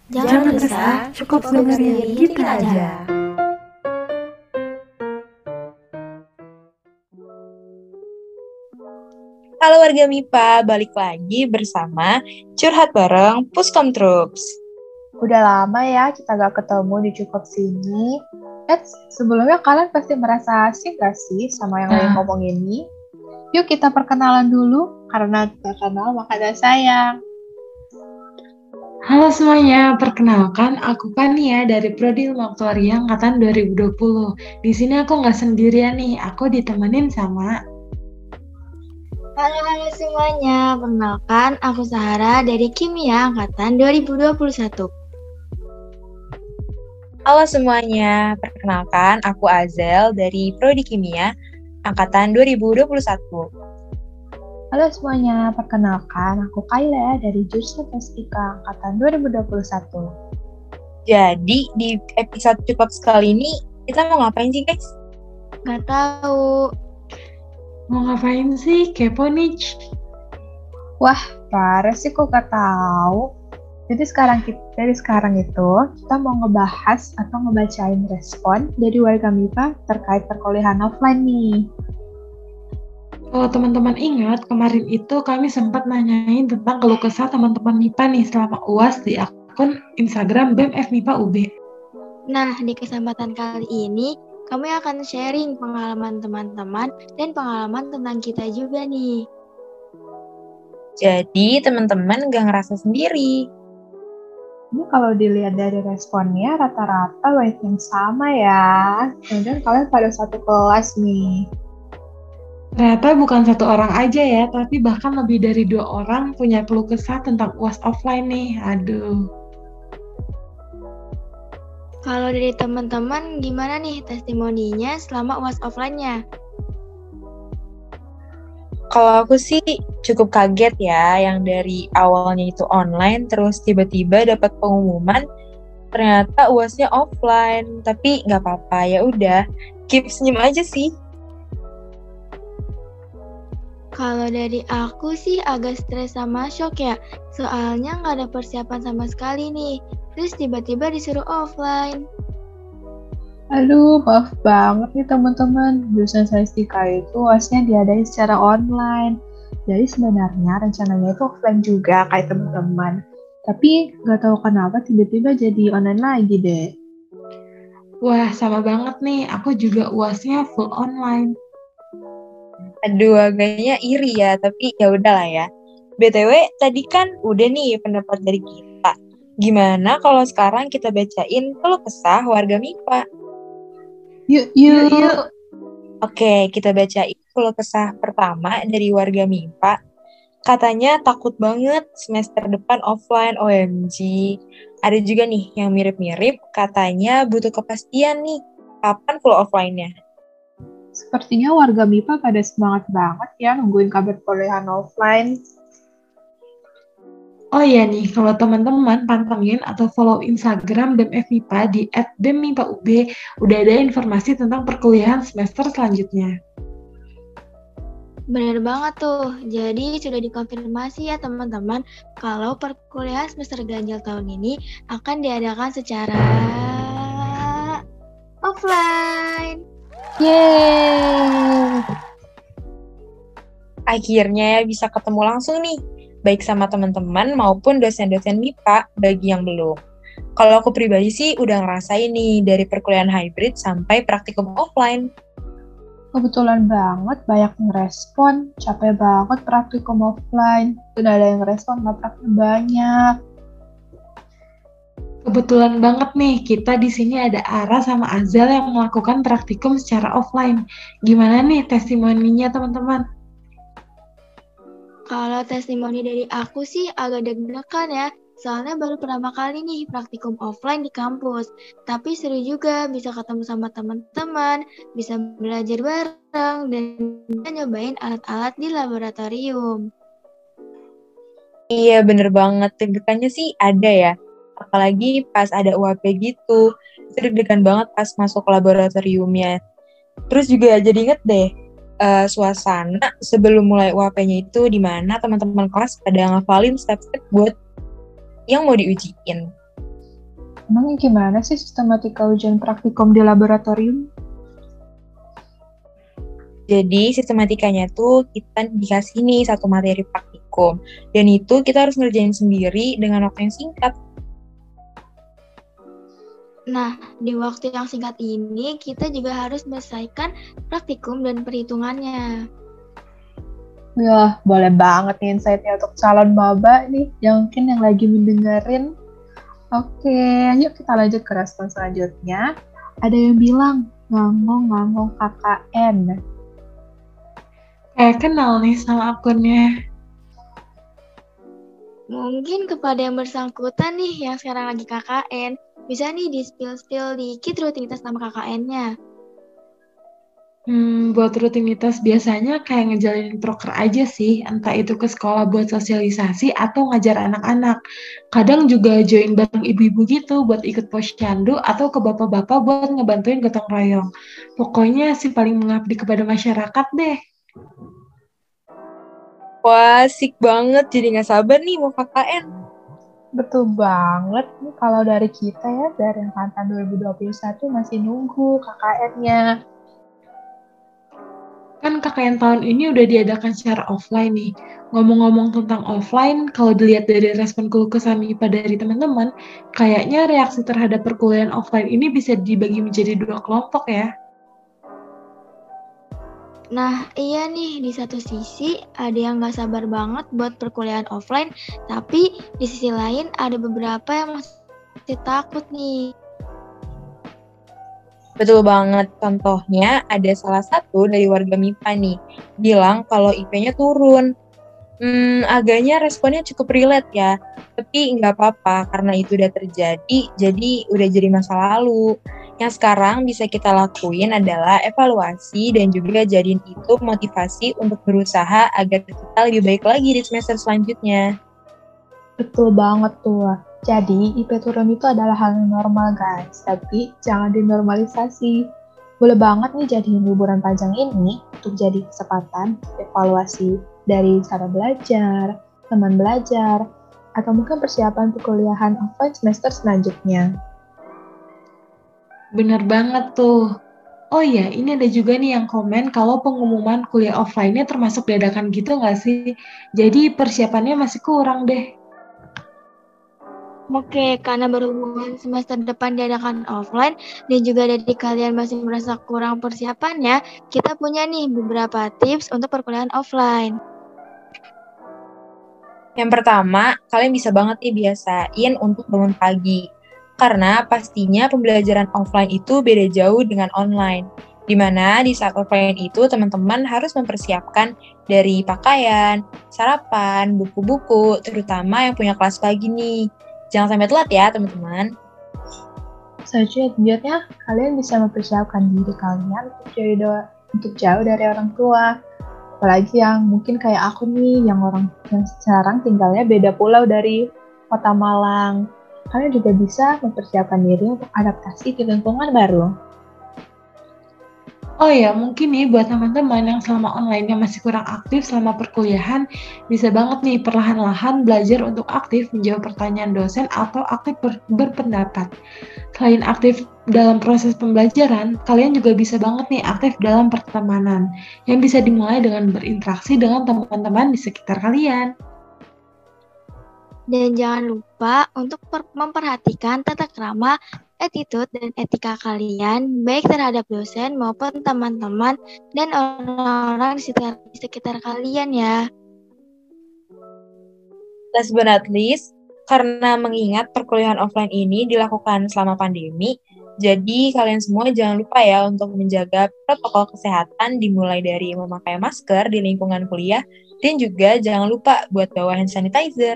Jangan resah, cukup dengerin kita aja. Halo warga MIPA, balik lagi bersama Curhat Bareng Puskom Troops. Udah lama ya kita gak ketemu di Cukup Sini. Sebelumnya kalian pasti merasa asing gak sih sama yang lagi ngomong ini? Yuk kita perkenalan dulu, karena tak kenal maka tak sayang. Halo semuanya, perkenalkan aku Kania dari Prodi Ilmu Aktuaria Angkatan 2020. Di sini aku nggak sendirian nih, aku ditemenin sama... Halo semuanya, perkenalkan aku Sahara dari Kimia Angkatan 2021. Halo semuanya, perkenalkan aku Azel dari Prodi Kimia Angkatan 2021. Halo semuanya, perkenalkan aku Kaila dari jurusan Fisika Angkatan 2021. Jadi di episode Cukup sekali ini kita mau ngapain sih guys? Gak tahu. Mau ngapain sih? Kepo nih. Wah, parah sih kok gak tahu. Jadi sekarang itu kita mau ngebahas atau ngebacain respon dari warga MIPA terkait perkuliahan offline nih. Kalau teman-teman ingat, kemarin itu kami sempat nanyain tentang keluh kesah teman-teman MIPA nih selama UAS di akun Instagram BEM FMIPA UB. Nah, di kesempatan kali ini kami akan sharing pengalaman teman-teman dan pengalaman tentang kita juga nih. Jadi teman-teman gak ngerasa sendiri. Ini kalau dilihat dari responnya rata-rata banyak yang sama ya. Kemudian kalian pada satu kelas nih. Ternyata bukan satu orang aja ya, tapi bahkan lebih dari 2 orang punya keluh kesah tentang UAS offline nih. Aduh. Kalau dari teman-teman gimana nih testimoninya selama UAS offline-nya? Kalau aku sih cukup kaget ya, yang dari awalnya itu online, terus tiba-tiba dapat pengumuman ternyata UASnya offline. Tapi nggak apa-apa, ya udah, keep senyum aja sih. Kalau dari aku sih agak stres sama shock ya, soalnya nggak ada persiapan sama sekali nih, terus tiba-tiba disuruh offline. Aduh, maaf banget nih teman-teman. Jurusan Statistika itu UASnya diadain secara online. Jadi sebenarnya rencananya itu offline juga kayak teman-teman. Tapi nggak tahu kenapa tiba-tiba jadi online lagi deh. Wah, sama banget nih. Aku juga UASnya full online. Aduh, agaknya iri ya, tapi ya udahlah ya. BTW, tadi kan udah nih pendapat dari kita. Gimana kalau sekarang kita bacain keluh kesah warga MIPA? Yuk. Oke, kita bacain keluh kesah pertama dari warga MIPA. Katanya takut banget semester depan offline, OMG. Ada juga nih yang mirip-mirip, katanya butuh kepastian nih, kapan full offline-nya. Sepertinya warga MIPA pada semangat banget ya nungguin kabar perkuliahan offline. Oh iya nih, kalau teman-teman pantengin atau follow Instagram BEM FMIPA di @bemmipab, udah ada informasi tentang perkuliahan semester selanjutnya. Bener banget tuh, jadi sudah dikonfirmasi ya teman-teman kalau perkuliahan semester ganjil tahun ini akan diadakan secara offline. Yeay! Akhirnya ya bisa ketemu langsung nih, baik sama teman-teman maupun dosen-dosen MIPA bagi yang belum. Kalau aku pribadi sih udah ngerasain nih dari perkuliahan hybrid sampai praktikum offline. Kebetulan banget banyak yang respon, capek banget praktikum offline. Udah ada yang respon, praktiknya banyak. Kebetulan banget nih, kita di sini ada Ara sama Azal yang melakukan praktikum secara offline. Gimana nih testimoninya teman-teman? Kalau testimoni dari aku sih agak deg-degan ya, soalnya baru pertama kali nih praktikum offline di kampus. Tapi seru juga bisa ketemu sama teman-teman, bisa belajar bareng, dan bisa nyobain alat-alat di laboratorium. Iya bener banget, deg-degannya sih ada ya. Apalagi pas ada UAP gitu, itu deg-degan banget pas masuk laboratoriumnya. Terus juga jadi inget deh, suasana sebelum mulai UAP-nya itu di mana teman-teman kelas pada ngafalin step-step buat yang mau diujiin. Emang gimana sih sistematika ujian praktikum di laboratorium? Jadi sistematikanya tuh kita dikasih nih satu materi praktikum. Dan itu kita harus ngerjain sendiri dengan waktu yang singkat. Nah, di waktu yang singkat ini kita juga harus menyelesaikan praktikum dan perhitungannya. Wah, boleh banget nih insight-nya untuk calon maba nih, yang mungkin yang lagi mendengarin. Oke, yuk kita lanjut ke respon selanjutnya. Ada yang bilang, ngangong-ngangong KKN. Kayak kenal nih sama akunnya. Mungkin kepada yang bersangkutan nih yang sekarang lagi KKN, bisa nih di-spill dikit rutinitas nama KKN-nya. Buat rutinitas biasanya kayak ngejalanin proker aja sih, entah itu ke sekolah buat sosialisasi atau ngajar anak-anak. Kadang juga join bareng ibu-ibu gitu buat ikut posyandu atau ke bapak-bapak buat ngebantuin gotong royong. Pokoknya sih paling mengabdi kepada masyarakat deh. Wah, asik banget. Jadi nggak sabar nih mau KKN. Betul banget nih, kalau dari kita ya, dari angkatan 2021 masih nunggu KKN-nya. Kan KKN tahun ini udah diadakan secara offline nih. Ngomong-ngomong tentang offline, kalau dilihat dari respon keluh kesah MIPA dari teman-teman, kayaknya reaksi terhadap perkuliahan offline ini bisa dibagi menjadi dua kelompok ya. Nah, iya nih, di satu sisi ada yang nggak sabar banget buat perkuliahan offline, tapi di sisi lain ada beberapa yang masih takut nih. Betul banget. Contohnya ada salah satu dari warga MIPA nih, bilang kalau IP-nya turun. Agaknya responnya cukup relate ya. Tapi nggak apa-apa, karena itu udah terjadi, jadi udah jadi masa lalu. Yang sekarang bisa kita lakuin adalah evaluasi dan juga jadiin itu motivasi untuk berusaha agar kita lebih baik lagi di semester selanjutnya. Betul banget tuh. Jadi, IP turun itu adalah hal yang normal guys, tapi jangan dinormalisasi. Boleh banget nih jadiin liburan panjang ini untuk jadi kesempatan evaluasi dari cara belajar, teman belajar, atau mungkin persiapan perkuliahan offline semester selanjutnya. Bener banget tuh. Oh iya, ini ada juga nih yang komen kalau pengumuman kuliah offline-nya termasuk dadakan gitu nggak sih? Jadi persiapannya masih kurang deh. Oke, karena berhubungan semester depan diadakan offline dan juga dari kalian masih merasa kurang persiapannya, kita punya nih beberapa tips untuk perkuliahan offline. Yang pertama, kalian bisa banget nih biasain untuk bangun pagi. Karena pastinya pembelajaran offline itu beda jauh dengan online. Dimana di saat offline itu teman-teman harus mempersiapkan dari pakaian, sarapan, buku-buku, terutama yang punya kelas pagi nih. Jangan sampai telat ya teman-teman. Selanjutnya, kalian bisa mempersiapkan diri kalian untuk jauh dari orang tua. Apalagi yang mungkin kayak aku nih, yang sekarang tinggalnya beda pulau dari Kota Malang. Kalian juga bisa mempersiapkan diri untuk adaptasi di lingkungan baru. Oh ya, mungkin nih buat teman-teman yang selama online-nya masih kurang aktif selama perkuliahan, bisa banget nih perlahan-lahan belajar untuk aktif menjawab pertanyaan dosen atau aktif berpendapat. Selain aktif dalam proses pembelajaran, kalian juga bisa banget nih aktif dalam pertemanan, yang bisa dimulai dengan berinteraksi dengan teman-teman di sekitar kalian. Dan jangan lupa untuk memperhatikan tata krama, attitude, dan etika kalian, baik terhadap dosen maupun teman-teman dan orang-orang di sekitar kalian ya. Last but not least, karena mengingat perkuliahan offline ini dilakukan selama pandemi, jadi kalian semua jangan lupa ya untuk menjaga protokol kesehatan dimulai dari memakai masker di lingkungan kuliah, dan juga jangan lupa buat bawa hand sanitizer.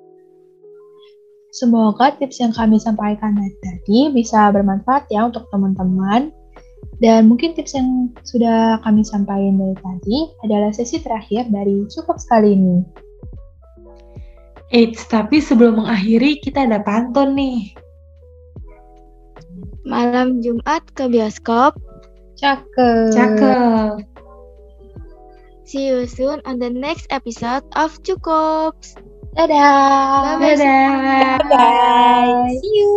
Semoga tips yang kami sampaikan tadi bisa bermanfaat ya untuk teman-teman. Dan mungkin tips yang sudah kami sampaikan dari tadi adalah sesi terakhir dari Cukup kali ini. Tapi sebelum mengakhiri, kita ada pantun nih. Malam Jumat ke bioskop. Cakep. See you soon on the next episode of Cukups. Dadah. Bye-bye. Bye-bye. See you.